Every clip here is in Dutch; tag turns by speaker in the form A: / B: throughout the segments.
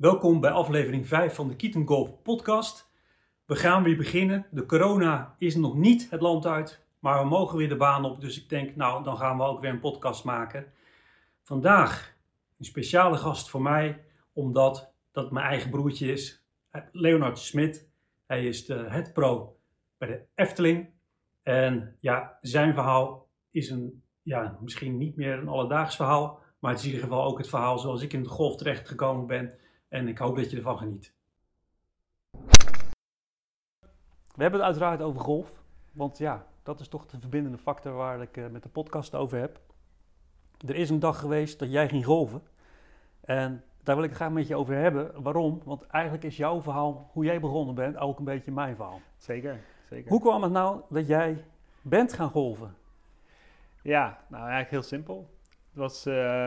A: Welkom bij aflevering 5 van de Kieten Golf podcast. We gaan weer beginnen. De corona is nog niet het land uit, maar we mogen weer de baan op. Dus ik denk, dan gaan we ook weer een podcast maken. Vandaag een speciale gast voor mij, omdat dat mijn eigen broertje is. Leonard Smit. Hij is de head pro bij de Efteling. En ja, zijn verhaal is misschien niet meer een alledaags verhaal, maar het is in ieder geval ook het verhaal zoals ik in de golf terecht gekomen ben. En ik hoop dat je ervan geniet. We hebben het uiteraard over golf. Want ja, dat is toch de verbindende factor waar ik met de podcast over heb. Er is een dag geweest dat jij ging golven. En daar wil ik het graag met je over hebben. Waarom? Want eigenlijk is jouw verhaal, hoe jij begonnen bent, ook een beetje mijn verhaal.
B: Zeker.
A: Hoe kwam het nou dat jij bent gaan golven?
B: Ja, nou eigenlijk heel simpel. Het was,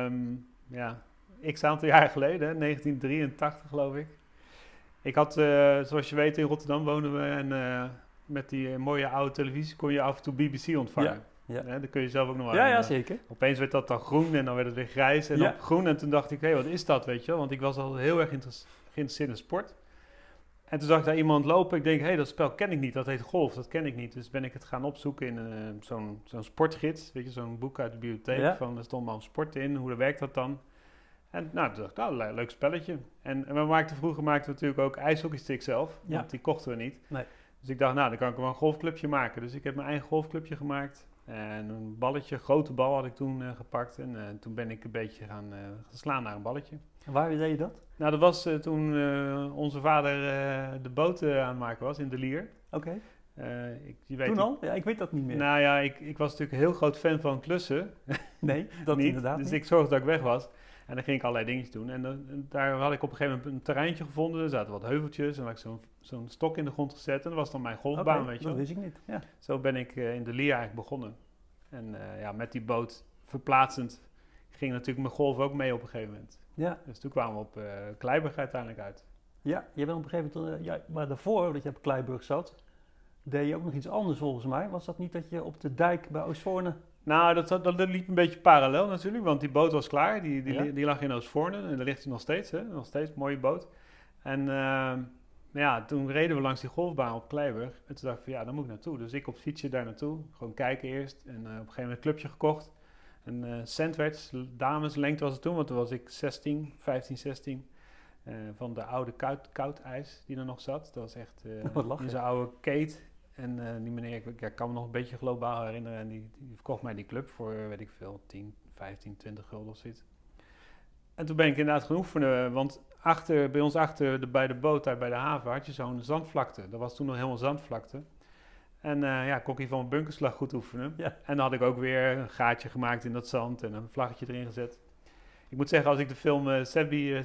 B: x aantal jaar geleden, 1983 geloof ik. Ik had, zoals je weet, in Rotterdam wonen we en met die mooie oude televisie kon je af en toe BBC ontvangen.
A: Ja.
B: Dat kun je zelf ook nog wel.
A: Ja, zeker.
B: Opeens werd dat dan groen en dan werd het weer grijs en op groen. En toen dacht ik, wat is dat, weet je wel? Want ik was al heel erg geïnteresseerd in sport. En toen zag ik daar iemand lopen. Ik denk, dat spel ken ik niet. Dat heet golf, dat ken ik niet. Dus ben ik het gaan opzoeken in zo'n sportgids. Weet je, zo'n boek uit de bibliotheek. Er stond maar sport in. Hoe werkt dat dan? En toen dacht ik, leuk spelletje. En vroeger maakten we natuurlijk ook ijshockeysticks zelf.
A: Ja.
B: Want die kochten we niet.
A: Nee.
B: Dus ik dacht, dan kan ik wel een golfclubje maken. Dus ik heb mijn eigen golfclubje gemaakt. En een balletje, grote bal had ik toen gepakt. En toen ben ik een beetje gaan slaan naar een balletje.
A: En waar deed je dat?
B: Nou, dat was toen onze vader de boot aan het maken was in de Lier.
A: Oké.
B: Toen
A: al? Ja, ik weet dat niet meer.
B: Nou ja, ik was natuurlijk een heel groot fan van klussen.
A: Nee, dat niet, inderdaad
B: Dus
A: niet.
B: ik zorgde dat ik weg was. En dan ging ik allerlei dingetjes doen. En daar had ik op een gegeven moment een terreintje gevonden. Er zaten wat heuveltjes en dan had ik zo'n stok in de grond gezet. En dat was dan mijn golfbaan, weet je wel.
A: Dat wist ik niet, ja.
B: Zo ben ik in de Lier eigenlijk begonnen. En met die boot verplaatsend ging natuurlijk mijn golf ook mee op een gegeven moment.
A: Ja.
B: Dus toen kwamen we op Kleiburg uiteindelijk uit.
A: Ja, je bent op een gegeven moment, maar daarvoor dat je op Kleiburg zat, deed je ook nog iets anders volgens mij. Was dat niet dat je op de dijk bij Oostvoorne...
B: Nou, dat liep een beetje parallel natuurlijk, want die boot was klaar. Die lag in Oostvoorne en daar ligt hij nog steeds. Hè? Nog steeds, mooie boot. En toen reden we langs die golfbaan op Kleiburg. En toen dacht ik van, daar moet ik naartoe. Dus ik op fietsje daar naartoe, gewoon kijken eerst. En op een gegeven moment een clubje gekocht. Een Sandwich, dameslengte was het toen, want toen was ik 15, 16. Van de oude koud ijs die er nog zat. Dat was echt in zo'n oude Kate. En die meneer, ik kan me nog een beetje globaal herinneren. En die verkocht mij die club voor, weet ik veel, 10, 15, 20 gulden of zoiets. En toen ben ik inderdaad gaan oefenen. Want bij ons bij de boot, daar bij de haven, had je zo'n zandvlakte. Dat was toen nog helemaal zandvlakte. En kon ik hier van mijn bunkerslag goed oefenen. Ja. En dan had ik ook weer een gaatje gemaakt in dat zand en een vlaggetje erin gezet. Ik moet zeggen, als ik de film Sebby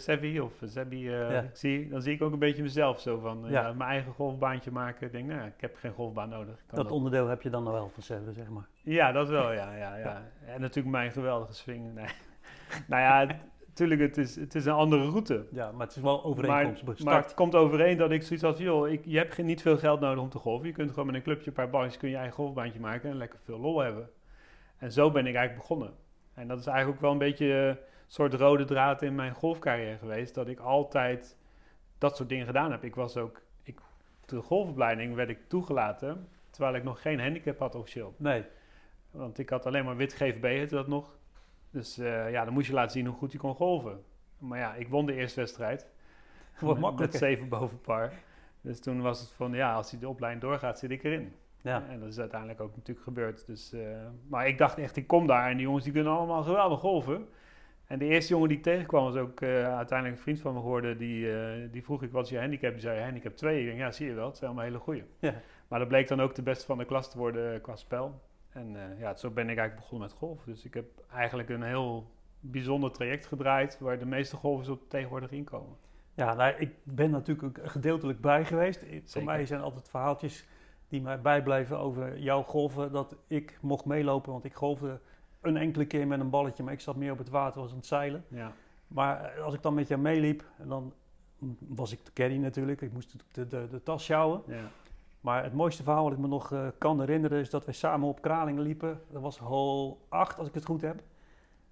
B: zie, dan zie ik ook een beetje mezelf zo van mijn eigen golfbaantje maken. Ik denk, ik heb geen golfbaan nodig.
A: Dat onderdeel heb je dan nog wel van Sebby, zeg maar.
B: Ja, dat wel, ja. En natuurlijk mijn geweldige swing. Nee. Nou ja, natuurlijk, het is een andere route.
A: Ja, maar het is wel overeenkomst.
B: Maar het komt overeen dat ik zoiets had van, je hebt niet veel geld nodig om te golven. Je kunt gewoon met een clubje, een paar balletjes, kun je eigen golfbaantje maken en lekker veel lol hebben. En zo ben ik eigenlijk begonnen. En dat is eigenlijk ook wel een beetje soort rode draad in mijn golfcarrière geweest, dat ik altijd dat soort dingen gedaan heb. De golfopleiding werd ik toegelaten, terwijl ik nog geen handicap had officieel.
A: Nee.
B: Want ik had alleen maar wit GVB, heette dat nog. Dus dan moest je laten zien hoe goed je kon golven. Maar ja, ik won de eerste wedstrijd.
A: Wat makkelijk.
B: Met 7 boven par. Dus toen was het van, als hij de opleiding doorgaat, zit ik erin. Ja. En dat is uiteindelijk ook natuurlijk gebeurd. Dus, maar ik dacht echt, ik kom daar en die jongens die kunnen allemaal geweldig golven. En de eerste jongen die ik tegenkwam was ook uiteindelijk een vriend van me geworden. Die vroeg ik, wat is je handicap? Die zei, handicap 2. Ik denk, zie je wel, het zijn allemaal hele goeie. Ja. Maar dat bleek dan ook de beste van de klas te worden qua spel. En zo ben ik eigenlijk begonnen met golf. Dus ik heb eigenlijk een heel bijzonder traject gedraaid, waar de meeste golfers op tegenwoordig inkomen.
A: Ja, ik ben natuurlijk ook gedeeltelijk bij geweest.
B: Zeker.
A: Voor mij zijn altijd verhaaltjes die mij bijblijven over jouw golven, dat ik mocht meelopen, want ik golfde een enkele keer met een balletje, maar ik zat meer op het water, was aan het zeilen. Ja. Maar als ik dan met jou meeliep, dan was ik de caddy natuurlijk, ik moest de tas sjouwen. Ja. Maar het mooiste verhaal wat ik me nog kan herinneren is dat wij samen op Kralingen liepen. Dat was hole 8, als ik het goed heb.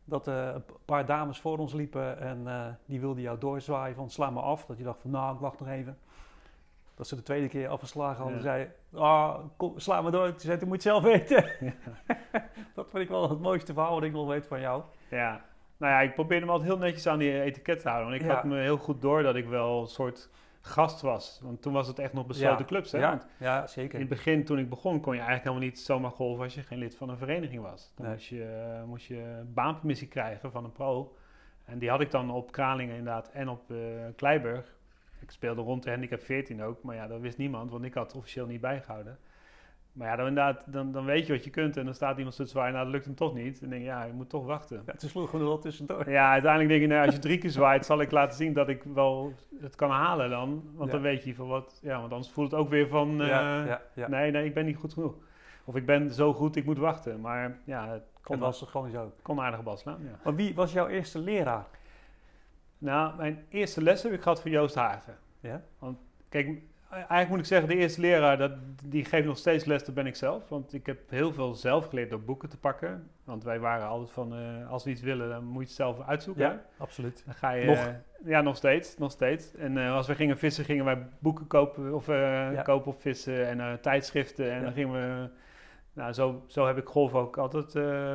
A: dat een paar dames voor ons liepen en die wilden jou doorzwaaien van sla me af. Dat je dacht van nou, ik wacht nog even. Dat ze de tweede keer afgeslagen hadden, zei kom, sla me door. Toen zei, moet je het zelf weten. Ja. Dat vind ik wel het mooiste verhaal wat ik nog weet van jou.
B: Ja, nou ja, ik probeerde me altijd heel netjes aan die etiket te houden. Want ik had me heel goed door dat ik wel een soort gast was. Want toen was het echt nog besloten clubs. Hè?
A: Ja, zeker.
B: In het begin, toen ik begon, kon je eigenlijk helemaal niet zomaar golven als je geen lid van een vereniging was. Dan moest je baanpermissie krijgen van een pro. En die had ik dan op Kralingen inderdaad en op Kleiburg. Ik speelde rond de handicap 14 ook, maar ja, dat wist niemand, want ik had het officieel niet bijgehouden. Maar ja, dan, inderdaad, dan weet je wat je kunt en dan staat iemand zo te zwaaien, nou dat lukt hem toch niet. En dan denk je, ja, je moet toch wachten.
A: Ja, toen sloeg gewoon er wel tussendoor.
B: Ja, uiteindelijk denk je, nou, als je 3 keer zwaait, zal ik laten zien dat ik wel het kan halen dan. Want dan weet je van wat, ja, want anders voelt het ook weer van, nee, ik ben niet goed genoeg. Of ik ben zo goed, ik moet wachten. Maar ja, het
A: was gewoon zo.
B: Kon aardige bal slaan, ja.
A: Maar wie was jouw eerste leraar?
B: Nou, mijn eerste les heb ik gehad van Joost Hagen.
A: Ja?
B: Want kijk, eigenlijk moet ik zeggen, de eerste leraar, die geeft nog steeds les, dat ben ik zelf. Want ik heb heel veel zelf geleerd door boeken te pakken. Want wij waren altijd van, als we iets willen, dan moet je het zelf uitzoeken.
A: Ja, absoluut.
B: Dan ga je, ja, nog steeds. En als we gingen vissen, gingen wij boeken kopen of kopen op vissen en tijdschriften. En dan gingen we, nou zo heb ik golf ook altijd,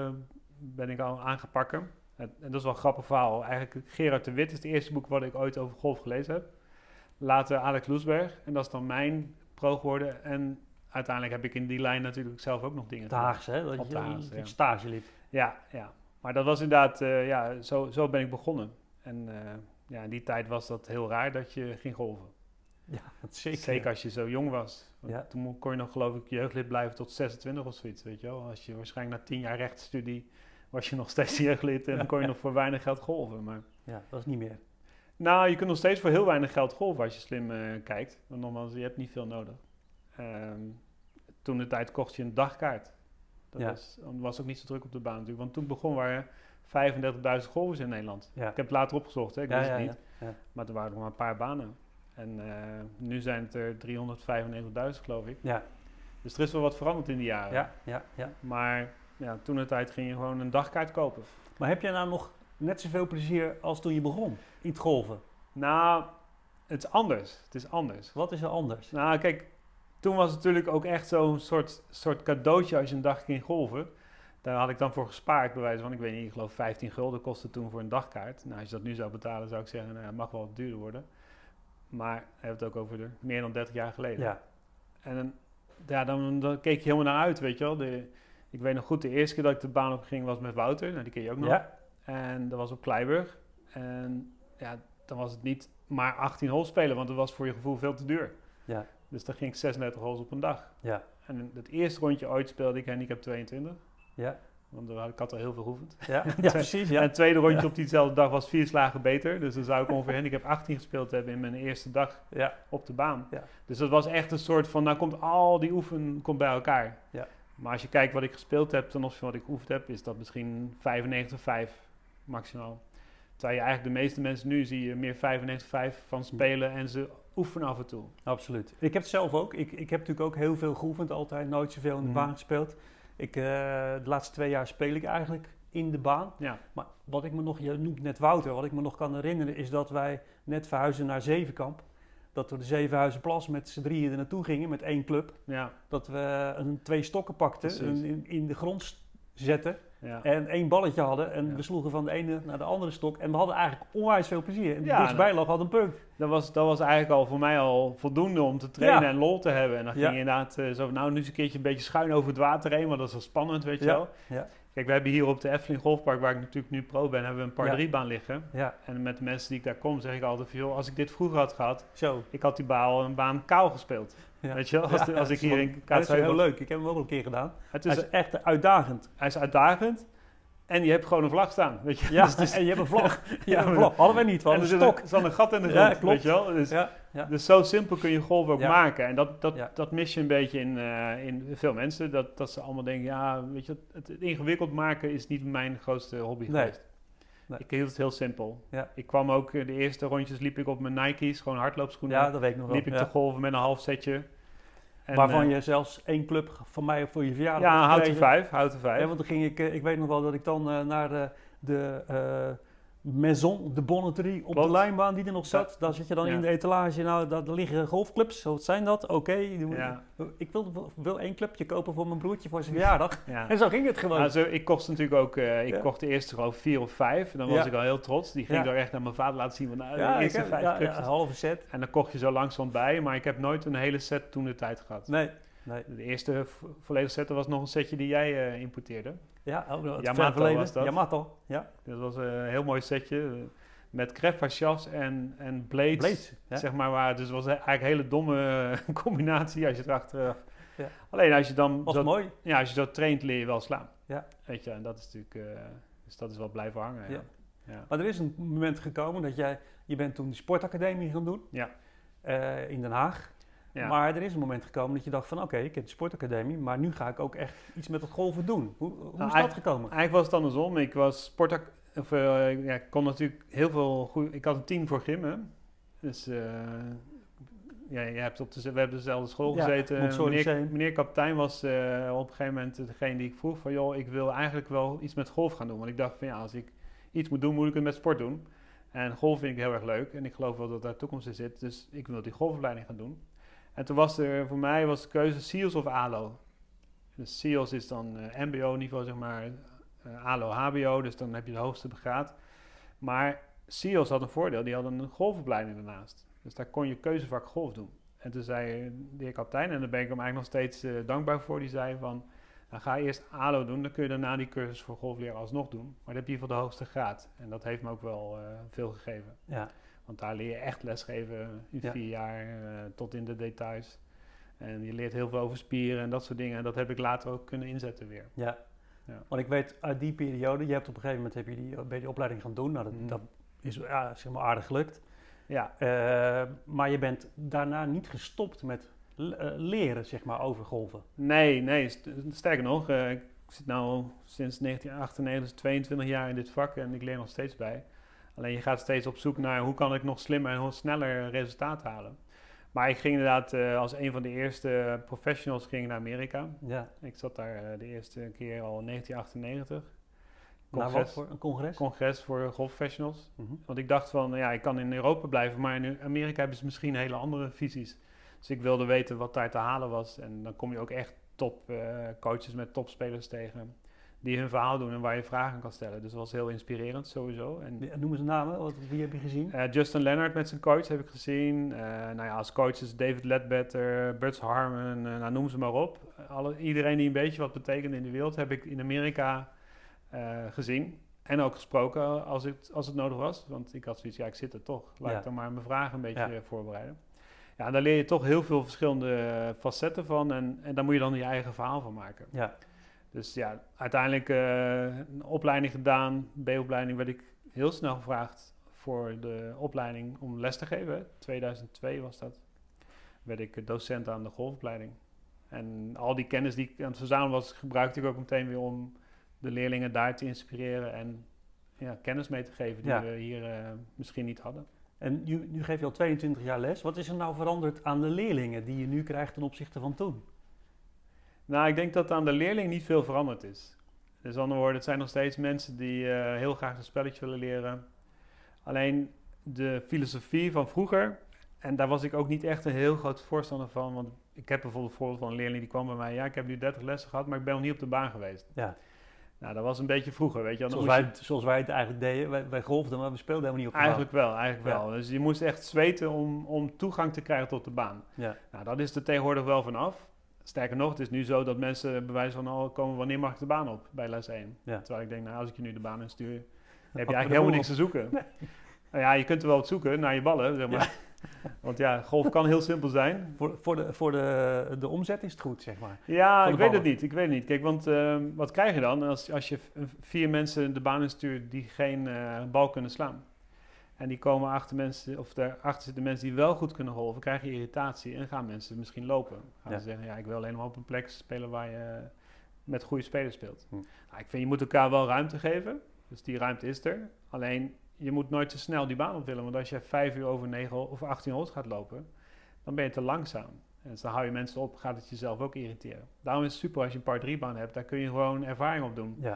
B: ben ik al aangepakken. En dat is wel een grappig verhaal. Eigenlijk Gerard de Wit is het eerste boek wat ik ooit over golf gelezen heb. Later Alex Loesberg. En dat is dan mijn pro geworden. En uiteindelijk heb ik in die lijn natuurlijk zelf ook nog dingen
A: gedaan. Haagse, hè? Dat je stage liep.
B: Ja. Maar dat was inderdaad, zo ben ik begonnen. En in die tijd was dat heel raar dat je ging golven.
A: Ja, dat zeker.
B: Zeker als je zo jong was. Toen kon je nog geloof ik jeugdlid blijven tot 26 of zoiets, weet je wel. Als je waarschijnlijk na 10 jaar rechtsstudie was je nog steeds jeugdlid en dan kon je nog voor weinig geld golven. Maar
A: ja, dat is niet meer.
B: Nou, je kunt nog steeds voor heel weinig geld golven als je slim kijkt. Want nogmaals, je hebt niet veel nodig. Toen de tijd kocht je een dagkaart. Dat was ook niet zo druk op de baan natuurlijk. Want toen waren 35.000 golfers in Nederland. Ja. Ik heb het later opgezocht, hè? Ik wist het niet. Ja. Maar er waren nog maar een paar banen. En nu zijn het er 395.000 geloof ik. Ja. Dus er is wel wat veranderd in die jaren. Ja. Maar ja, toen de tijd ging je gewoon een dagkaart kopen.
A: Maar heb jij nou nog net zoveel plezier als toen je begon in het golven?
B: Nou, het is anders.
A: Wat is er anders?
B: Nou, kijk, toen was het natuurlijk ook echt zo'n soort cadeautje als je een dag ging golven. Daar had ik dan voor gespaard, bij wijze van, ik weet niet, ik geloof 15 gulden kostte toen voor een dagkaart. Nou, als je dat nu zou betalen, zou ik zeggen, nou, het mag wel wat duurder worden. Maar we hebben het ook over meer dan 30 jaar geleden. Ja. En dan keek je helemaal naar uit, weet je wel. Ik weet nog goed, de eerste keer dat ik de baan op ging was met Wouter. Nou, die ken je ook nog. Ja. En dat was op Kleiburg. En ja, dan was het niet maar 18 holes spelen, want dat was voor je gevoel veel te duur. Ja. Dus dan ging ik 36 holes op een dag. Ja. En het eerste rondje ooit speelde ik handicap 22. Ja. Want ik had al heel veel geoefend. Ja, precies. Ja. En het tweede rondje op diezelfde dag was 4 slagen beter. Dus dan zou ik ongeveer handicap 18 gespeeld hebben in mijn eerste dag op de baan. Ja. Dus dat was echt een soort van, nou komt al die oefen bij elkaar. Ja. Maar als je kijkt wat ik gespeeld heb ten opzichte van wat ik geoefend heb, is dat misschien 95,5 maximaal. Terwijl je eigenlijk de meeste mensen nu zie je meer 95,5 van spelen en ze oefenen af en toe.
A: Absoluut. Ik heb het zelf ook. Ik heb natuurlijk ook heel veel geoefend altijd, nooit zoveel in de baan gespeeld. De laatste 2 jaar speel ik eigenlijk in de baan. Ja. Maar wat ik me nog, je noemt net Wouter, wat ik me nog kan herinneren is dat wij net verhuizen naar Zevenkamp. Dat we de Zevenhuizenplas met z'n drieën er naartoe gingen met 1 club. Ja. Dat we 2 stokken pakten, in de grond zetten en 1 balletje hadden. En we sloegen van de ene naar de andere stok. En we hadden eigenlijk onwijs veel plezier. En de dichtstbij lag had een punt.
B: Dat was eigenlijk al voor mij al voldoende om te trainen en lol te hebben. En dan ging je inderdaad zo van, nu eens een keertje een beetje schuin over het water heen. Want dat is wel spannend, weet je wel. Ja. Kijk, we hebben hier op de Efteling Golfpark, waar ik natuurlijk nu pro ben, hebben we een par 3 baan liggen. Ja. En met de mensen die ik daar kom, zeg ik altijd van, joh, als ik dit vroeger had gehad, ik had die baan kaal gespeeld. Ja. Weet je wel, als ik hier in
A: Kaatsheuvel... Dat is heel leuk, ik heb hem ook al een keer gedaan. Het is echt uitdagend.
B: Hij is uitdagend. En je hebt gewoon een vlag staan, weet je.
A: Ja, dus en je hebt een vlag. Hadden wij niet, we hadden een stok.
B: Er zat een gat in de grond, weet je wel. Dus zo simpel kun je golf ook maken. En dat mis je een beetje in veel mensen. Dat ze allemaal denken, weet je, het ingewikkeld maken is niet mijn grootste hobby geweest. Nee. Ik hield het heel simpel. Ja. Ik kwam ook, de eerste rondjes liep ik op mijn Nike's, gewoon hardloopschoenen.
A: Ja, dat weet ik nog wel.
B: Liep ik te golven met een half setje.
A: En, waarvan je zelfs 1 club van mij voor je verjaardag
B: houten 5.
A: Ja, want dan ging ik weet nog wel dat ik dan naar de Maison de Bonneterie op
B: Klopt.
A: de lijnbaan die er nog zat.
B: Ja.
A: Daar zit je dan
B: Ja.
A: in de etalage. Nou, daar liggen golfclubs. Wat zijn dat? Oké.
B: Ja.
A: Ik wil 1 clubje kopen voor mijn broertje voor zijn verjaardag.
B: Ja.
A: En zo ging het gewoon.
B: Nou, ik kocht natuurlijk ook, kocht de eerste geloof 4 of 5. En dan was ik al heel trots. Die ging ik er echt naar mijn vader laten zien. Van, nou, de eerste 5 clubjes.
A: een halve set.
B: En dan kocht je zo langzaam bij. Maar ik heb nooit een hele set toen de tijd gehad.
A: Nee.
B: De eerste volledige set was nog een setje die jij importeerde.
A: Ja, het
B: Yamato was dat.
A: Yamato, ja.
B: Dat was een heel mooi setje. Met Creffa shafts en blades.
A: Ja.
B: Zeg maar, dus het was eigenlijk een hele domme combinatie als je erachter...
A: Ja.
B: Alleen als je dan...
A: Was mooi.
B: Ja, als je zo traint leer je wel slaan.
A: Ja.
B: Weet je, en dat is natuurlijk... dus dat is wel blijven hangen.
A: Ja.
B: Ja. Ja.
A: Maar er is een moment gekomen dat je bent toen de sportacademie gaan doen.
B: Ja.
A: In Den Haag.
B: Ja.
A: Maar er is een moment gekomen dat je dacht van oké, ik heb de sportacademie, maar nu ga ik ook echt iets met het golven doen. Hoe is dat gekomen?
B: Eigenlijk was het andersom. Ik was ik kon natuurlijk heel veel goed... Ik had een team voor gym, dus... je hebt we hebben dezelfde school gezeten. Meneer kapitein was op een gegeven moment degene die ik vroeg van... joh, ik wil eigenlijk wel iets met golf gaan doen. Want ik dacht van ja, als ik iets moet doen, moet ik het met sport doen. En golf vind ik heel erg leuk. En ik geloof wel dat daar toekomst in zit. Dus ik wil die golfopleiding gaan doen. En toen was er voor mij de keuze SEALS of ALO. Dus SEALS is dan mbo-niveau, zeg maar. ALO HBO, dus dan heb je de hoogste graad. Maar SEALS had een voordeel, die hadden een golfopleiding daarnaast. Dus daar kon je keuzevak golf doen. En toen zei de heer kapitein, en daar ben ik hem eigenlijk nog steeds dankbaar voor, die zei van... Nou, ga eerst ALO doen, dan kun je daarna die cursus voor golfleren alsnog doen. Maar dan heb je in ieder geval de hoogste graad. En dat heeft me ook wel veel gegeven.
A: Ja.
B: Want daar leer je echt lesgeven in 4 jaar, tot in de details. En je leert heel veel over spieren en dat soort dingen. En dat heb ik later ook kunnen inzetten weer.
A: Ja. Want ik weet uit die periode, je hebt op een gegeven moment ben je die opleiding gaan doen. Nou, dat is zeg maar aardig gelukt.
B: Ja.
A: Maar je bent daarna niet gestopt met leren, zeg maar, over golven.
B: Nee. Sterker nog, ik zit nu sinds 1998, 22 jaar in dit vak en ik leer nog steeds bij. Alleen je gaat steeds op zoek naar hoe kan ik nog slimmer en sneller resultaat halen. Maar ik ging inderdaad als een van de eerste professionals naar Amerika.
A: Ja.
B: Ik zat daar de eerste keer al in 1998.
A: Nou, wat voor een congres?
B: Congres voor golfprofessionals.
A: Mm-hmm.
B: Want ik dacht van, ja, ik kan in Europa blijven, maar in Amerika hebben ze misschien hele andere visies. Dus ik wilde weten wat daar te halen was. En dan kom je ook echt top coaches met topspelers tegen die hun verhaal doen en waar je vragen kan stellen. Dus dat was heel inspirerend sowieso. En,
A: noem eens namen, wie heb je gezien?
B: Justin Leonard met zijn coach heb ik gezien. Als coaches David Ledbetter, Butch Harmon, noem ze maar op. Iedereen die een beetje wat betekent in de wereld heb ik in Amerika gezien. En ook gesproken als het nodig was. Want ik had zoiets, ik zit er toch. Laat ik dan maar mijn vragen een beetje voorbereiden. Ja, daar leer je toch heel veel verschillende facetten van. En daar moet je dan je eigen verhaal van maken.
A: Ja.
B: Dus ja, uiteindelijk een opleiding gedaan. B-opleiding werd ik heel snel gevraagd voor de opleiding om les te geven. 2002 was dat. Werd ik docent aan de golfopleiding. En al die kennis die ik aan het verzamelen was, gebruikte ik ook meteen weer om de leerlingen daar te inspireren en kennis mee te geven die we hier misschien niet hadden.
A: En nu geef je al 22 jaar les. Wat is er nou veranderd aan de leerlingen die je nu krijgt ten opzichte van toen?
B: Nou, ik denk dat aan de leerling niet veel veranderd is. Dus andere woorden, het zijn nog steeds mensen die heel graag een spelletje willen leren. Alleen de filosofie van vroeger, en daar was ik ook niet echt een heel groot voorstander van. Want ik heb bijvoorbeeld een voorbeeld van een leerling die kwam bij mij. Ja, ik heb nu 30 lessen gehad, maar ik ben nog niet op de baan geweest.
A: Ja.
B: Nou, dat was een beetje vroeger, weet je.
A: Zoals wij het eigenlijk deden. Wij golfden, maar we speelden helemaal niet op de
B: baan. Eigenlijk wel. Dus je moest echt zweten om toegang te krijgen tot de baan.
A: Ja.
B: Nou, dat is er tegenwoordig wel vanaf. Sterker nog, het is nu zo dat mensen bewijzen van... komen wanneer mag ik de baan op bij les 1? Ja. Terwijl ik denk, als ik je nu de baan instuur... heb je eigenlijk helemaal niks te zoeken. Nee. Nou ja, je kunt er wel wat zoeken naar je ballen, zeg maar. Ja. Want golf kan heel simpel zijn.
A: Voor de omzet is het goed, zeg maar.
B: Ja, ik weet het niet. Kijk, want wat krijg je dan als je 4 mensen de baan instuurt die geen bal kunnen slaan? En die komen daarachter zitten mensen die wel goed kunnen golven, krijg je irritatie en gaan mensen misschien lopen. Gaan ze zeggen, ik wil alleen maar op een plek spelen waar je met goede spelers speelt. Nou, ik vind, je moet elkaar wel ruimte geven. Dus die ruimte is er. Alleen, je moet nooit te snel die baan op willen. Want als je 5 uur over 9 of 18 holes gaat lopen, dan ben je te langzaam. En dus dan hou je mensen op, gaat het jezelf ook irriteren. Daarom is het super als je een par 3 baan hebt. Daar kun je gewoon ervaring op doen.
A: Ja.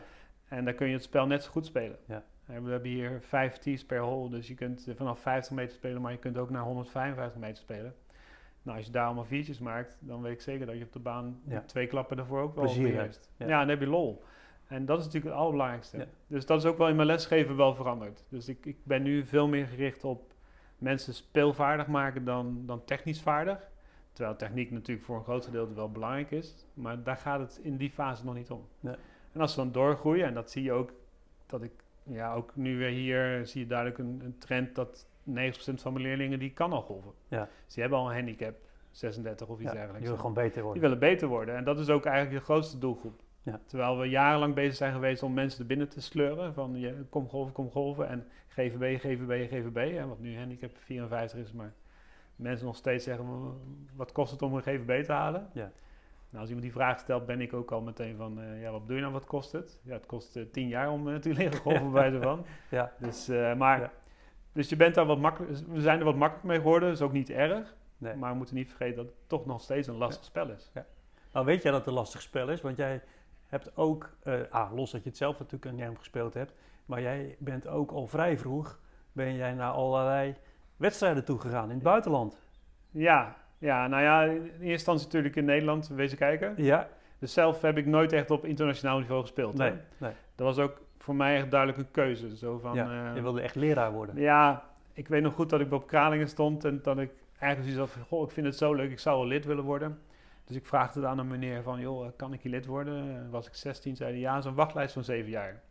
B: En dan kun je het spel net zo goed spelen.
A: Ja.
B: We hebben hier 5 tees per hole, dus je kunt vanaf 50 meter spelen, maar je kunt ook naar 155 meter spelen. Nou, als je daar allemaal viertjes maakt, dan weet ik zeker dat je op de baan 2 klappen daarvoor ook wel beheerst. Ja, dan heb je lol. En dat is natuurlijk het allerbelangrijkste. Ja. Dus dat is ook wel in mijn lesgeven wel veranderd. Dus ik ben nu veel meer gericht op mensen speelvaardig maken dan technisch vaardig. Terwijl techniek natuurlijk voor een groot gedeelte wel belangrijk is. Maar daar gaat het in die fase nog niet om. Ja. En als ze dan doorgroeien, en dat zie je ook, dat ik ook nu weer hier zie je duidelijk een trend dat 90% van mijn leerlingen die kan al golven. Ja. Dus die hebben al een handicap 36 of iets dergelijks.
A: Die willen gewoon beter worden.
B: Die willen beter worden. En dat is ook eigenlijk de grootste doelgroep. Ja. Terwijl we jarenlang bezig zijn geweest om mensen er binnen te sleuren. Van kom golven. En GVB. En wat nu handicap 54 is. Maar mensen nog steeds zeggen, wat kost het om een GVB te halen? Ja. Nou, als iemand die vraag stelt, ben ik ook al meteen van, wat bedoel je nou, wat kost het? Ja, het kost 10 jaar om te leren golven bij ze van. Ja. Dus, dus je bent daar we zijn er wat makkelijk mee geworden. Dat is ook niet erg. Nee. Maar we moeten niet vergeten dat het toch nog steeds een lastig spel is. Ja.
A: Nou, weet jij dat het een lastig spel is? Want jij hebt ook, los dat je het zelf natuurlijk niet gespeeld hebt, maar jij bent ook al vrij vroeg, ben jij naar allerlei wedstrijden toegegaan in het buitenland.
B: Ja, nou ja, in eerste instantie natuurlijk in Nederland wezen kijken. Ja. Dus zelf heb ik nooit echt op internationaal niveau gespeeld. Nee. Dat was ook voor mij echt duidelijk een keuze. Zo van,
A: je wilde echt leraar worden.
B: Ja, ik weet nog goed dat ik op Kralingen stond en dat ik eigenlijk zoiets had van, ik vind het zo leuk, ik zou wel lid willen worden. Dus ik vraagde aan een meneer van, kan ik hier lid worden? Was ik 16, zei hij, ja, zo'n wachtlijst van 7 jaar.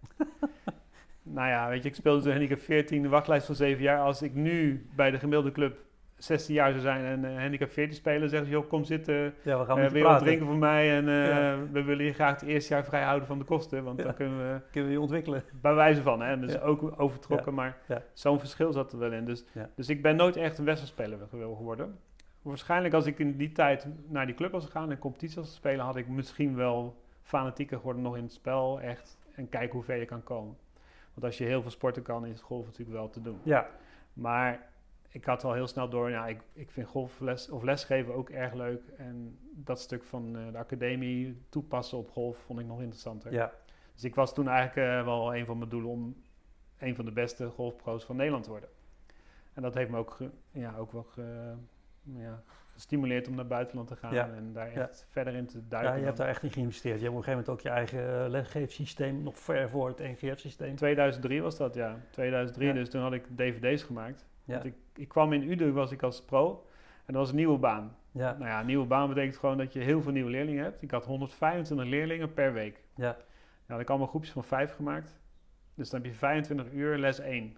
B: Nou ja, weet je, ik speelde toen handicap 14, de wachtlijst van 7 jaar. Als ik nu bij de gemiddelde club 16 jaar zou zijn en handicap 14 spelen, zeggen ze, kom zitten,
A: we gaan
B: weer wat drinken voor mij en we willen je graag het eerste jaar vrij houden van de kosten, want dan kunnen we
A: je ontwikkelen.
B: Bij wijze van, hè, dus ook overtrokken, maar zo'n verschil zat er wel in. Dus ik ben nooit echt een wedstrijdspeler geworden. Waarschijnlijk als ik in die tijd naar die club was gegaan en competities was spelen, had ik misschien wel fanatieker geworden nog in het spel, echt, en kijken hoe ver je kan komen. Want als je heel veel sporten kan, is golf natuurlijk wel te doen. Ja. Maar ik had al heel snel door, ik vind golfles of lesgeven ook erg leuk. En dat stuk van de academie toepassen op golf vond ik nog interessanter. Ja. Dus ik was toen eigenlijk wel een van mijn doelen om een van de beste golfpro's van Nederland te worden. En dat heeft me ook wel gestimuleerd om naar het buitenland te gaan en daar echt verder in te duiken.
A: Ja, je hebt daar echt in geïnvesteerd. Je hebt op een gegeven moment ook je eigen lesgeefsysteem, nog ver voor het NGF-systeem.
B: 2003 was dat, ja. 2003, dus toen had ik dvd's gemaakt. Ja. Want ik kwam in Uden, was ik als pro, en dat was een nieuwe baan. Ja. Nou ja, een nieuwe baan betekent gewoon dat je heel veel nieuwe leerlingen hebt. Ik had 125 leerlingen per week. Ja. Nou, had ik allemaal groepjes van 5 gemaakt. Dus dan heb je 25 uur les 1,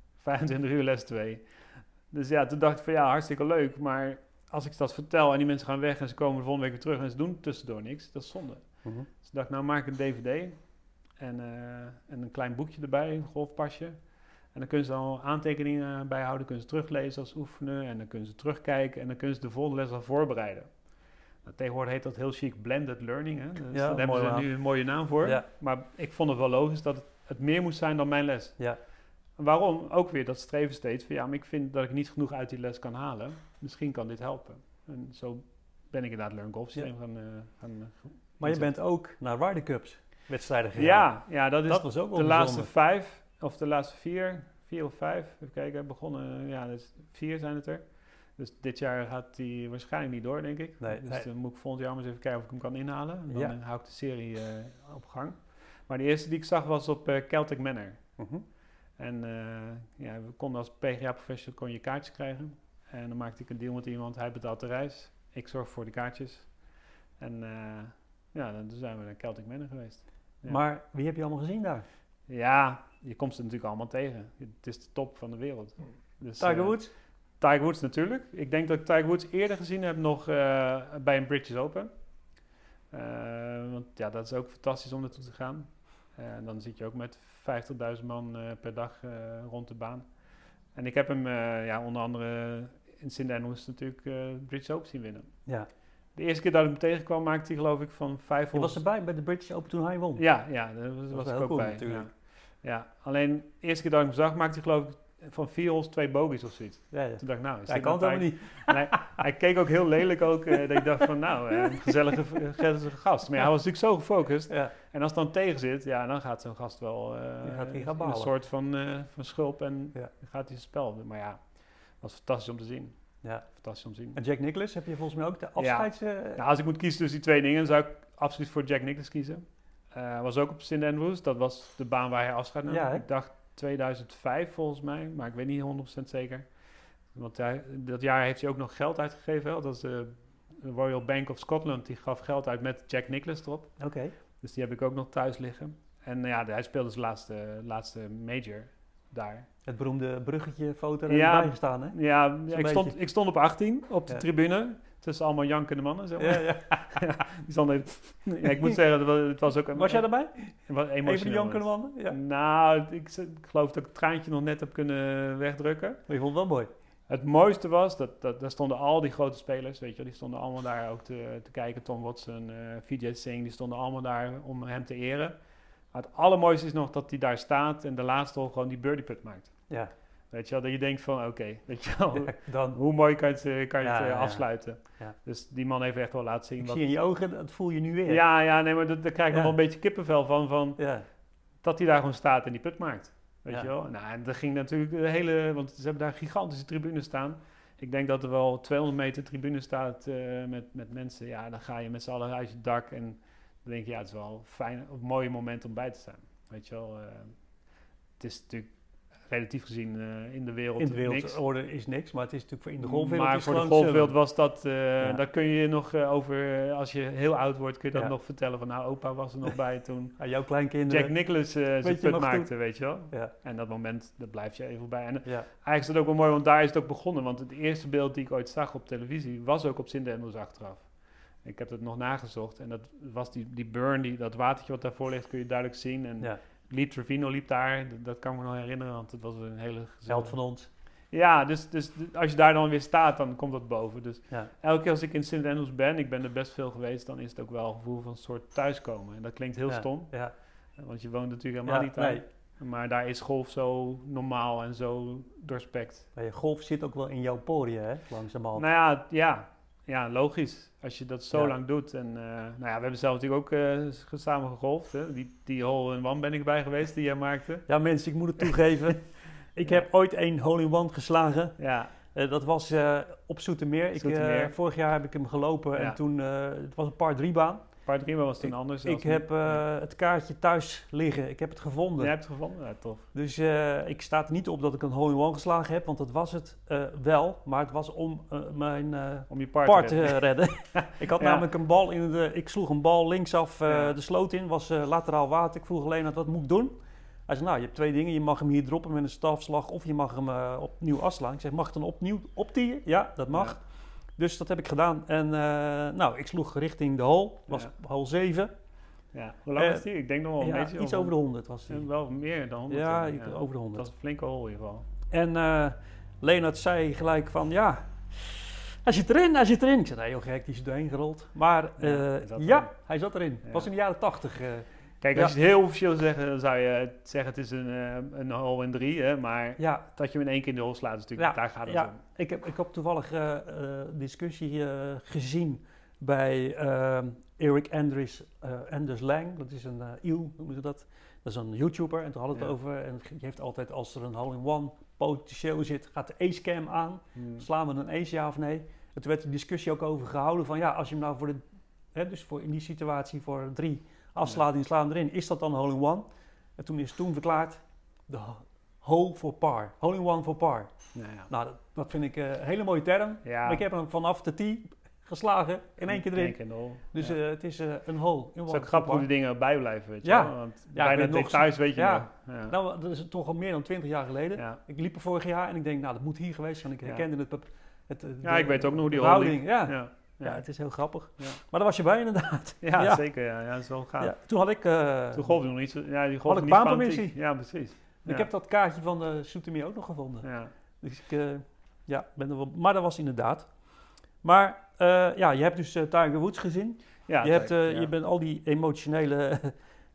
B: 25 uur les 2. Dus ja, toen dacht ik van hartstikke leuk, maar als ik dat vertel en die mensen gaan weg en ze komen de volgende week weer terug en ze doen tussendoor niks, dat is zonde. Uh-huh. Dus ik dacht, nou maak ik een dvd en een klein boekje erbij, een golfpasje. En dan kunnen ze al aantekeningen bijhouden, kunnen ze teruglezen als oefenen en dan kunnen ze terugkijken en dan kunnen ze de volgende les al voorbereiden. Nou, tegenwoordig heet dat heel chic blended learning, hè? Dus daar hebben ze nu een mooie naam voor. Ja. Maar ik vond het wel logisch dat het meer moest zijn dan mijn les. Ja. Waarom? Ook weer dat streven steeds van maar ik vind dat ik niet genoeg uit die les kan halen. Misschien kan dit helpen. En zo ben ik inderdaad Learn Golf Systeem gaan
A: maar je bent ook naar Ryder Cups wedstrijden gegaan.
B: Ja, dat was ook de laatste 5 of de laatste 4 of 5. Even kijken, begonnen. Ja, dus 4 zijn het er. Dus dit jaar gaat die waarschijnlijk niet door, denk ik. Dus dan moet ik volgend jaar maar eens even kijken of ik hem kan inhalen. En dan hou ik de serie op gang. Maar de eerste die ik zag was op Celtic Manor. Uh-huh. En we konden als PGA-professional kon je kaartjes krijgen. En dan maakte ik een deal met iemand. Hij betaalt de reis. Ik zorg voor de kaartjes. En dan zijn we naar Celtic Manor geweest. Ja.
A: Maar wie heb je allemaal gezien daar?
B: Ja, je komt ze natuurlijk allemaal tegen. Het is de top van de wereld. Dus,
A: Tiger Woods?
B: Tiger Woods natuurlijk. Ik denk dat ik Tiger Woods eerder gezien heb nog bij een British Open. Want dat is ook fantastisch om naartoe te gaan. En dan zit je ook met 50.000 man per dag rond de baan. En ik heb hem onder andere in St. Andrews natuurlijk British Open zien winnen. Ja. De eerste keer dat ik hem tegenkwam maakte hij geloof ik van 500...
A: Je was erbij bij de British Open toen hij won?
B: Ja, daar was ik ook bij. Natuurlijk. Ja. Alleen de eerste keer dat ik hem zag maakte hij geloof ik van 4 holes 2 bogies of zoiets.
C: Ja.
B: Toen dacht ik, nou...
C: Hij kan het helemaal niet.
B: Hij keek ook heel lelijk ook. Dat ik dacht van, nou, een gezellige gast. Maar hij was natuurlijk zo gefocust.
C: Ja.
B: En als het dan tegen zit, dan gaat zo'n gast wel
C: een
B: soort van schulp en gaat hij zijn spel doen. Maar ja, het was fantastisch om te zien.
C: Ja.
B: Fantastisch om te zien.
C: En Jack Nicklaus, heb je volgens mij ook de afscheids...
B: Nou, als ik moet kiezen tussen die twee dingen, dan zou ik absoluut voor Jack Nicklaus kiezen. Was ook op St. Andrews. Dat was de baan waar hij afscheid nam.
C: Ja,
B: ik dacht 2005 volgens mij, maar ik weet niet 100% zeker. Want dat jaar heeft hij ook nog geld uitgegeven. Dat was de Royal Bank of Scotland. Die gaf geld uit met Jack Nicklaus erop.
C: Oké.
B: Dus die heb ik ook nog thuis liggen. En hij speelde zijn laatste major daar.
C: Het beroemde bruggetje foto erbij gestaan, hè?
B: Ja, ik stond op 18 op de tribune. Tussen allemaal jankende mannen, zeg maar. Die stonden, ik moet zeggen, het was ook...
C: Was jij erbij?
B: Even
C: de jankende mannen?
B: Ja. Nou, ik geloof dat ik het traantje nog net heb kunnen wegdrukken.
C: Maar je vond het wel mooi.
B: Het mooiste was, daar stonden al die grote spelers, weet je wel. Die stonden allemaal daar ook te kijken. Tom Watson, Vijay Singh, die stonden allemaal daar om hem te eren. Maar het allermooiste is nog dat hij daar staat en de laatste hole gewoon die birdie putt maakt.
C: Ja.
B: Weet je wel, dat je denkt van oké, weet je wel,
C: dan.
B: Hoe mooi kan je het afsluiten.
C: Ja.
B: Dus die man heeft echt wel laten zien.
C: Ik zie in je ogen, dat voel je nu weer.
B: Nee, maar daar krijg ik nog wel een beetje kippenvel van dat hij daar gewoon staat en die put maakt. Weet je wel? Nou, en dat ging natuurlijk de hele, want ze hebben daar gigantische tribunes staan. Ik denk dat er wel 200 meter tribune staat met mensen. Ja, dan ga je met z'n allen uit je dak en dan denk je, het is wel een mooi moment om bij te staan. Weet je wel, het is natuurlijk relatief gezien in de wereld
C: in de wereldorde is niks, maar het is natuurlijk voor in de golfwereld.
B: Maar voor de golfwereld was dat, daar kun je nog over, als je heel oud wordt, kun je dat nog vertellen van, nou, opa was er nog bij toen.
C: Jouw kleinkinderen.
B: Jack Nicklaus zijn put maakte, weet je wel.
C: Ja.
B: En dat moment, dat blijft je even bij. En eigenlijk is dat ook wel mooi, want daar is het ook begonnen. Want het eerste beeld die ik ooit zag op televisie, was ook op St. Andrews achteraf. Ik heb het nog nagezocht en dat was die burn, dat watertje wat daarvoor ligt, kun je duidelijk zien. En Lee Trevino liep daar, dat kan ik me nog herinneren, want het was een hele
C: held van ons.
B: Ja, dus als je daar dan weer staat, dan komt dat boven. Dus elke keer als ik in St. Andrews ben, ik ben er best veel geweest, dan is het ook wel een gevoel van een soort thuiskomen. En dat klinkt heel stom, want je woont natuurlijk helemaal niet daar. Nee. Maar daar is golf zo normaal en zo doorspekt.
C: Maar golf zit ook wel in jouw poriën, hè, langzamerhand.
B: Nou ja, logisch. Als je dat zo lang doet. En we hebben zelf natuurlijk ook samen gegolfd. Hè. Die hole-in-one ben ik bij geweest die jij maakte.
C: Ja, mensen, ik moet het toegeven. Ik heb ooit een hole-in-one geslagen.
B: Ja.
C: Dat was op Zoetermeer. Vorig jaar heb ik hem gelopen en toen, het was een par 3 baan.
B: Par 3 was toen anders.
C: Ik heb het kaartje thuis liggen. Ik heb het gevonden.
B: Je hebt het gevonden? Ja, tof.
C: Dus ik sta er niet op dat ik een hole-in-one geslagen heb, want dat was het wel. Maar het was om mijn
B: om je
C: par te redden. Ik had namelijk een bal ik sloeg een bal linksaf de sloot in, was lateraal water. Ik vroeg alleen wat moet ik doen? Hij zei, nou, je hebt 2 dingen. Je mag hem hier droppen met een stafslag of je mag hem opnieuw afslaan. Ik zeg, mag ik dan opnieuw optieën? Ja, dat mag. Ja. Dus dat heb ik gedaan. En ik sloeg richting de hole. Was hole 7.
B: Ja. Hoe lang was die? Ik denk nog wel een beetje
C: iets over de 100 was die.
B: Wel meer dan 100.
C: Ja, over de 100.
B: Dat was een flinke hole in ieder geval.
C: En Leenaert zei gelijk van, hij zit erin. Ik zei, nee joh gek, die is er doorheen gerold. Maar hij zat erin. Het was in de jaren 80.
B: Kijk, als je het heel officieel zegt, dan zou je zeggen het is een hole in 3, hè, maar dat je hem in 1 keer in de hole slaat, is natuurlijk, daar gaat het om.
C: Ik heb toevallig discussie gezien bij Eric Anders Lang, dat is een Iel, noemen ze dat. Dat is een YouTuber en toen hadden we het over, en die heeft altijd als er een hole-in-one potentieel zit, gaat de ace-cam aan, slaan we een ace ja of nee? En toen werd die discussie ook over gehouden van als je hem nou voor in die situatie voor 3 afslaat en slaan erin, is dat dan hole-in-one? En toen is verklaard, de hole for par. Hole-in-one for par. Nou, dat vind ik een hele mooie term. Ja. Maar ik heb hem vanaf de tee geslagen in 1 keer erin. Dus het is een hole.
B: Het is ook grappig hoe die dingen bijblijven, weet je wel. Want bijna details weet je nog.
C: Ja. Nou, dat is toch al meer dan 20 jaar geleden. Ja. Ik liep er vorig jaar en ik denk, dat moet hier geweest zijn. Ik herkende het.
B: Ik weet ook nog hoe die hole liep.
C: Ja, het is heel grappig. Ja. Maar daar was je bij inderdaad.
B: Ja, zeker. Ja, dat is wel gaaf. Ja,
C: toen had ik...
B: toen golfde nog niet zo... Ja, die
C: had ik baanpermissie.
B: Ja, precies. Ja.
C: Ik heb dat kaartje van de Zoetermeer ook nog gevonden. Ja. Dus ik ben er wel... Maar dat was inderdaad. Maar je hebt dus Tiger Woods gezien. Ja, je bent al die emotionele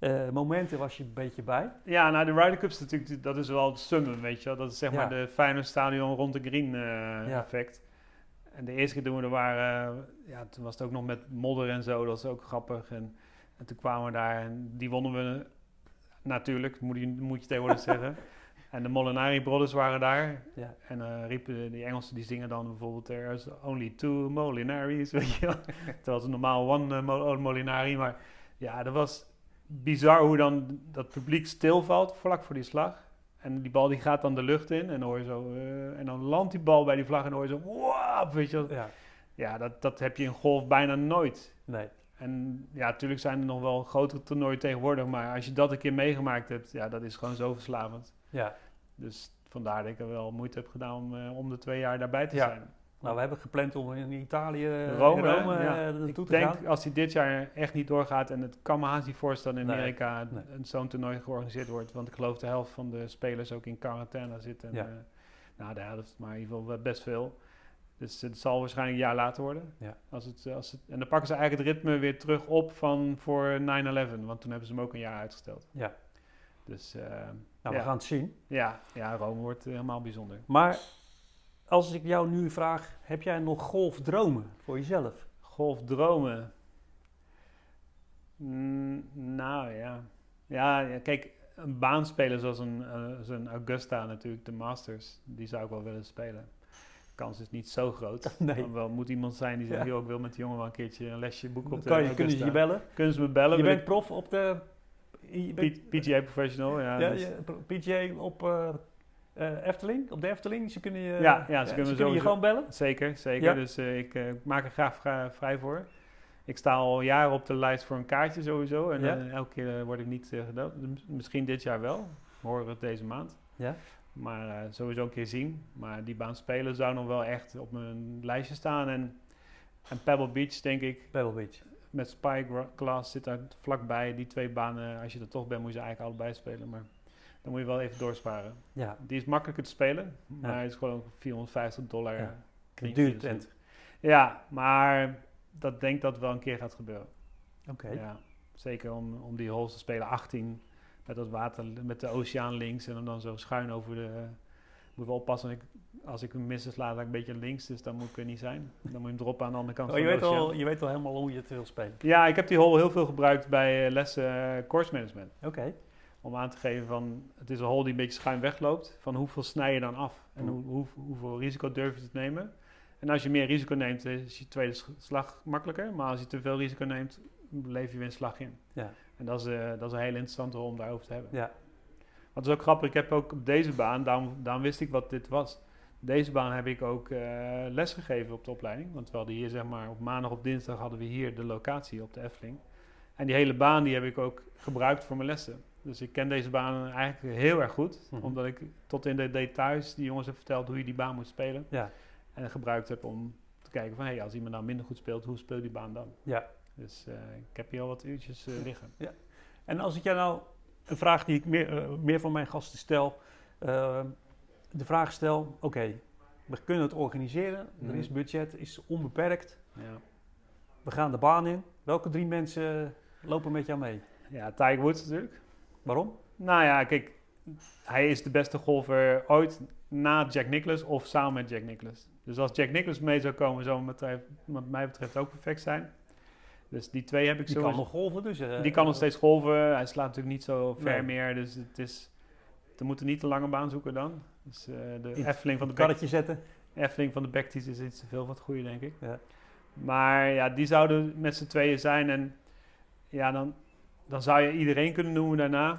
C: momenten was je een beetje bij.
B: Ja, nou de Ryder Cup is natuurlijk, dat is wel het summum, weet je wel. Dat is zeg maar de Feyenoord stadion rond de green effect. En de eerste keer toen we er waren, toen was het ook nog met modder en zo, dat was ook grappig. En toen kwamen we daar en die wonnen we natuurlijk, moet je tegenwoordig zeggen. En de Molinari Brothers waren daar. Ja. En riepen die Engelsen, die zingen dan bijvoorbeeld there's only 2 Molinaris, weet je wel. Terwijl het normaal one Molinari, maar ja, dat was bizar hoe dan dat publiek stilvalt vlak voor die slag. En die bal die gaat dan de lucht in en dan hoor je zo, en dan landt die bal bij die vlag en dan hoor je zo, wow, weet je wel. Ja, dat heb je in golf bijna nooit.
C: Nee.
B: En ja, natuurlijk zijn er nog wel grotere toernooien tegenwoordig, maar als je dat een keer meegemaakt hebt, ja, dat is gewoon zo verslavend. Ja. Dus vandaar dat ik er wel moeite heb gedaan om de 2 jaar daarbij te zijn.
C: Nou, we hebben gepland om in Italië,
B: Rome
C: naartoe te gaan. Ik denk,
B: als hij dit jaar echt niet doorgaat, en het kan me haast niet voorstellen in Amerika zo'n toernooi georganiseerd wordt, want ik geloof de helft van de spelers ook in quarantaine zit. En, de helft, maar in ieder geval best veel. Dus het zal waarschijnlijk een jaar later worden. Ja. En dan pakken ze eigenlijk het ritme weer terug op voor 9/11, want toen hebben ze hem ook een jaar uitgesteld. Ja. Dus,
C: we gaan het zien.
B: Ja, Rome wordt helemaal bijzonder.
C: Maar als ik jou nu vraag, heb jij nog golfdromen voor jezelf?
B: Golfdromen? Nou ja. Ja, kijk, een baan spelen zoals een Augusta natuurlijk, de Masters, die zou ik wel willen spelen. De kans is niet zo groot. Nee. Dan wel moet iemand zijn die zegt, ik wil met die jongen wel een keertje een lesje boeken op de Augusta. Kunnen ze je bellen? Kunnen ze me bellen?
C: Je bent prof op de...
B: PGA Professional,
C: PGA op Efteling, op de Efteling. Ze kunnen je,
B: ze kunnen
C: je gewoon bellen?
B: Zeker. Ja. Dus ik maak er graag vrij voor. Ik sta al jaren op de lijst voor een kaartje sowieso. En elke keer word ik niet gedaan. Misschien dit jaar wel. We horen het deze maand. Ja. Maar sowieso een keer zien. Maar die baan spelen zou nog wel echt op mijn lijstje staan. En Pebble Beach, denk ik.
C: Pebble Beach.
B: Met Spyglass zit daar vlakbij. Die 2 banen, als je er toch bent, moet je ze eigenlijk allebei spelen. Maar dan moet je wel even doorsparen. Ja. Die is makkelijker te spelen. Maar hij is gewoon $450. Ja.
C: Duurt.
B: Ja, maar dat denk dat wel een keer gaat gebeuren.
C: Oké.
B: Ja, zeker om die holes te spelen. 18 met dat water, met de oceaan links. En dan zo schuin over de... Moet wel oppassen, als ik hem mis, dus laat ik een beetje links, dus dan moet ik er niet zijn. Dan moet je hem droppen aan de andere kant van de oceaan.
C: Je weet wel helemaal hoe je het wil spelen.
B: Ja, ik heb die hole heel veel gebruikt bij lessen course management.
C: Oké.
B: Om aan te geven van, het is een hole die een beetje schuin wegloopt. Van hoeveel snij je dan af? En hoeveel risico durf je te nemen? En als je meer risico neemt, is je tweede slag makkelijker. Maar als je te veel risico neemt, leef je weer een slag in. Ja. En dat is een hele interessante hole om daarover te hebben. Ja. Wat is ook grappig, ik heb ook op deze baan, daarom wist ik wat dit was. Deze baan heb ik ook les gegeven op de opleiding. Want we hadden hier zeg maar op maandag of dinsdag hadden we hier de locatie op de Efteling. En die hele baan die heb ik ook gebruikt voor mijn lessen. Dus ik ken deze baan eigenlijk heel erg goed. Mm-hmm. Omdat ik tot in de details die jongens heb verteld hoe je die baan moet spelen. Ja. En gebruikt heb om te kijken van als iemand nou minder goed speelt, hoe speelt die baan dan? Ja. Dus ik heb hier al wat uurtjes liggen. Ja.
C: En als ik jou nou een vraag die ik meer van mijn gasten stel. De vraag stel, oké, we kunnen het organiseren. Er is budget, is onbeperkt. Ja. We gaan de baan in. Welke 3 mensen lopen met jou mee?
B: Ja, Tiger Woods natuurlijk.
C: Waarom?
B: Nou ja, kijk, hij is de beste golfer ooit na Jack Nicklaus of samen met Jack Nicklaus. Dus als Jack Nicklaus mee zou komen, zou wat mij betreft ook perfect zijn. Dus die 2 heb ik zo.
C: Die kan nog golven dus.
B: Die kan nog steeds golven. Hij slaat natuurlijk niet zo ver meer. Dus we moeten niet te lange baan zoeken dan. Dus de Efteling van de
C: karretje zetten.
B: Efteling van de Bacties is iets te veel van het goede, denk ik. Ja. Maar ja, die zouden met z'n tweeën zijn. En ja, dan zou je iedereen kunnen noemen daarna.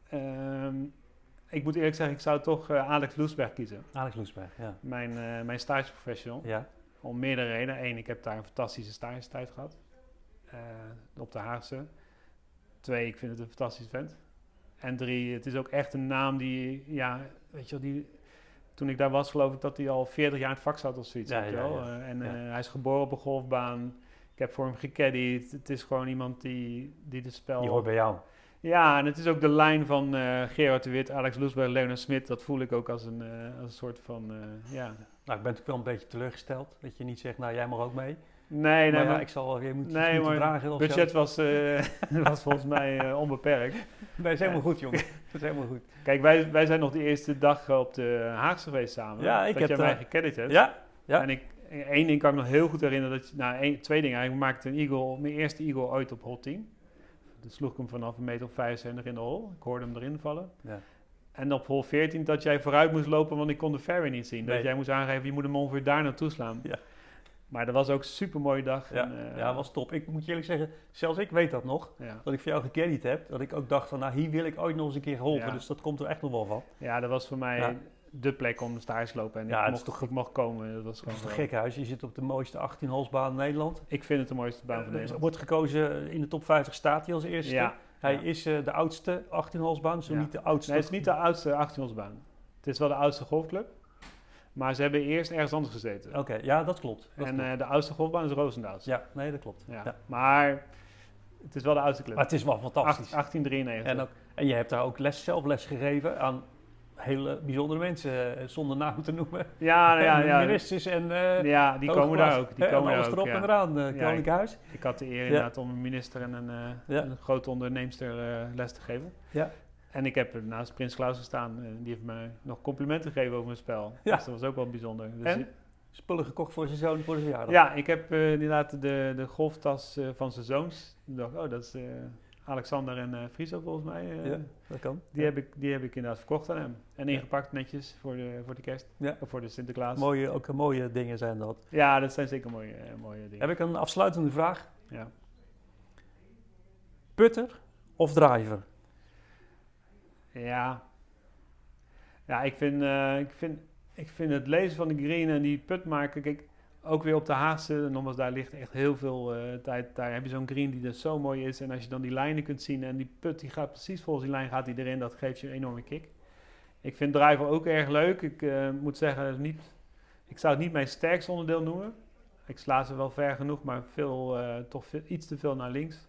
B: Ik moet eerlijk zeggen, ik zou toch Alex Loesberg kiezen.
C: Alex Loesberg, ja.
B: Mijn stageprofessional. Ja. Om meerdere redenen. 1, ik heb daar een fantastische stagetijd gehad. Op de Haagse. 2, ik vind het een fantastische vent. En 3, het is ook echt een naam die, ja, weet je wel, toen ik daar was, geloof ik dat hij al 40 jaar in het vak zat of zoiets. Ja, hij is geboren op een golfbaan. Ik heb voor hem gecaddied. Het is gewoon iemand die de spel...
C: Die hoort bij jou.
B: Ja, en het is ook de lijn van Gerard de Wit, Alex Loesberg, Leonard Smit. Dat voel ik ook als een soort van, ja...
C: Nou, ik ben natuurlijk wel een beetje teleurgesteld. Dat je niet zegt, nou, jij mag ook mee.
B: Nee,
C: maar
B: maar
C: ik zal wel weer moeten dragen.
B: Het budget was volgens mij onbeperkt.
C: Nee, dat is helemaal goed, jongen. Dat is helemaal goed.
B: Kijk, wij zijn nog de eerste dag op de Haagse geweest samen.
C: Ja, ik
B: dat
C: heb
B: jij mij gecredit hebt.
C: Ja.
B: En één ding kan ik me nog heel goed herinneren. Twee dingen. Ik maakte een eagle, mijn eerste eagle ooit op hole 10. Toen sloeg ik hem vanaf 1,75 meter in de hole. Ik hoorde hem erin vallen. Ja. En op hole 14 dat jij vooruit moest lopen, want ik kon de fairway niet zien. Nee. Dat jij moest aangeven, je moet hem ongeveer daar naartoe slaan. Ja. Maar dat was ook een super mooie dag.
C: Ja, dat was top. Ik moet je eerlijk zeggen, zelfs ik weet dat nog. Ja. Dat ik voor jou gecredit heb. Dat ik ook dacht van, nou hier wil ik ooit nog eens een keer geholpen. Ja. Dus dat komt er echt nog wel van.
B: Ja, dat was voor mij de plek om stage te lopen. En ik mocht komen. Dat was gewoon
C: een gek huis. Je zit op de mooiste 18-holsbaan in Nederland.
B: Ik vind het de mooiste baan van Nederland.
C: Wordt gekozen in de top 50 staat hij als eerste. Ja. Hij is de oudste 18-holsbaan, zo niet de oudste.
B: Nee, het is niet de oudste 18-holsbaan. Het is wel de oudste golfclub. Maar ze hebben eerst ergens anders gezeten.
C: Oké, ja, dat klopt.
B: De oudste golfbaan is Roosendaals.
C: Ja, nee, dat klopt. Ja.
B: Maar het is wel de oudste club.
C: Maar het is wel fantastisch.
B: 1893.
C: En je hebt daar ook zelf les gegeven aan hele bijzondere mensen, zonder naam te noemen.
B: Ja.
C: Ministers en
B: die komen daar ook. Die komen
C: alles
B: daar
C: erop en eraan, Koninklijk Huis.
B: Ik had de eer inderdaad om een minister en een grote onderneemster les te geven. Ja. En ik heb er naast Prins Klaus gestaan. Die heeft mij nog complimenten gegeven over mijn spel. Ja. Dus dat was ook wel bijzonder. Dus
C: en spullen gekocht voor zijn zoon voor de verjaardag?
B: Ja, ik heb inderdaad de golftas van zijn zoons. Ik dacht, dat is Alexander en Friso volgens mij.
C: Ja, dat kan.
B: Die heb ik inderdaad verkocht aan hem. En ingepakt netjes voor de kerst. Ja. Of voor de Sinterklaas.
C: Ook mooie dingen zijn dat.
B: Ja, dat zijn zeker mooie dingen.
C: Heb ik een afsluitende vraag? Ja. Putter of driver?
B: Ja, ik vind het lezen van de green en die put maken, kijk, ook weer op de Haagse, nogmaals, daar ligt echt heel veel tijd. Daar heb je zo'n green die dus zo mooi is en als je dan die lijnen kunt zien en die put die gaat precies volgens die lijn gaat die erin, dat geeft je een enorme kick. Ik vind driver ook erg leuk. Ik moet zeggen, ik zou het niet mijn sterkste onderdeel noemen. Ik sla ze wel ver genoeg, maar toch iets te veel naar links.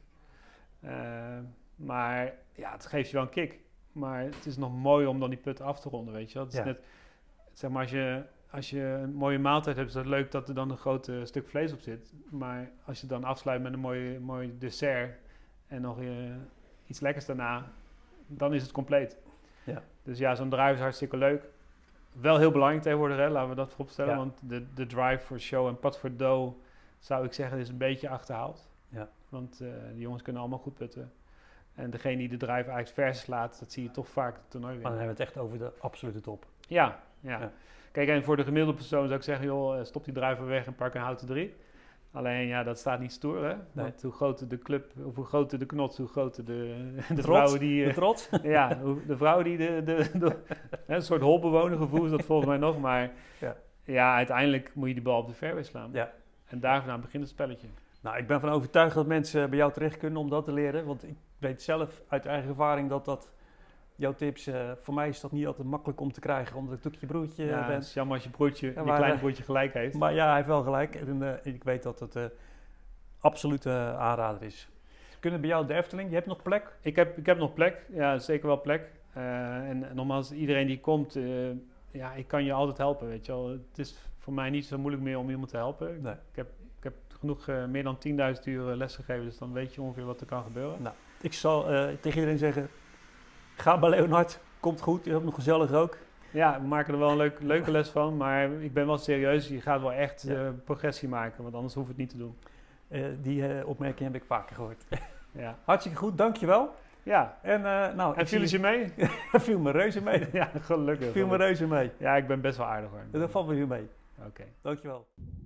B: Maar ja, het geeft je wel een kick. Maar het is nog mooi om dan die put af te ronden, weet je wel. Het is net, zeg maar, als je een mooie maaltijd hebt, is het leuk dat er dan een groot stuk vlees op zit. Maar als je dan afsluit met een mooi dessert en nog iets lekkers daarna, dan is het compleet. Ja. Dus ja, zo'n drive is hartstikke leuk. Wel heel belangrijk tegenwoordig, hè? Laten we dat vooropstellen. Ja. Want de drive voor show en putt voor dough, zou ik zeggen, is een beetje achterhaald. Ja. Want die jongens kunnen allemaal goed putten. En degene die de drive eigenlijk vers slaat, dat zie je toch vaak het toernooi winnen.
C: Maar dan hebben we het echt over de absolute top.
B: Ja. Kijk, en voor de gemiddelde persoon zou ik zeggen, joh, stop die driver weg en pak een houten 3. Alleen, ja, dat staat niet stoer, hè. Nee. Want hoe groter de club, of hoe groter de knots, hoe groter de vrouwen die...
C: De trots?
B: Ja, de vrouwen die een soort holbewoner gevoel is dat volgens mij nog. Maar ja, uiteindelijk moet je die bal op de fairway slaan. Ja. En daar vandaan begint het spelletje.
C: Nou, ik ben van overtuigd dat mensen bij jou terecht kunnen om dat te leren. Want ik weet zelf uit eigen ervaring dat jouw tips, voor mij is dat niet altijd makkelijk om te krijgen, omdat ik natuurlijk je broertje ben.
B: Het is jammer als je kleine broertje gelijk heeft.
C: Maar ja, hij heeft wel gelijk. En ik weet dat het absolute aanrader is. Kunnen bij jou de Efteling? Je hebt nog plek?
B: Ik heb nog plek. Ja, zeker wel plek. En nogmaals, iedereen die komt, ik kan je altijd helpen, weet je wel. Het is voor mij niet zo moeilijk meer om iemand te helpen. Nee. Ik heb genoeg, meer dan 10.000 uur les gegeven, dus dan weet je ongeveer wat er kan gebeuren.
C: Nou, ik zal tegen iedereen zeggen, ga bij Leonhard, komt goed, je hebt nog gezellig ook.
B: Ja, we maken er wel een leuke les van, maar ik ben wel serieus, je gaat wel echt progressie maken, want anders hoef je het niet te doen.
C: Die opmerking heb ik vaker gehoord. Ja. Hartstikke goed, dankjewel.
B: Ja.
C: En
B: viel het je mee?
C: Viel me reuze mee.
B: Ja, gelukkig.
C: Viel me reuze mee.
B: Ja, ik ben best wel aardig hoor.
C: Dat valt me weer mee.
B: Oké.
C: Dankjewel.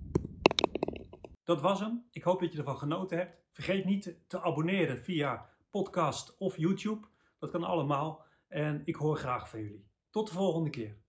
A: Dat was hem. Ik hoop dat je ervan genoten hebt. Vergeet niet te abonneren via podcast of YouTube. Dat kan allemaal. En ik hoor graag van jullie. Tot de volgende keer.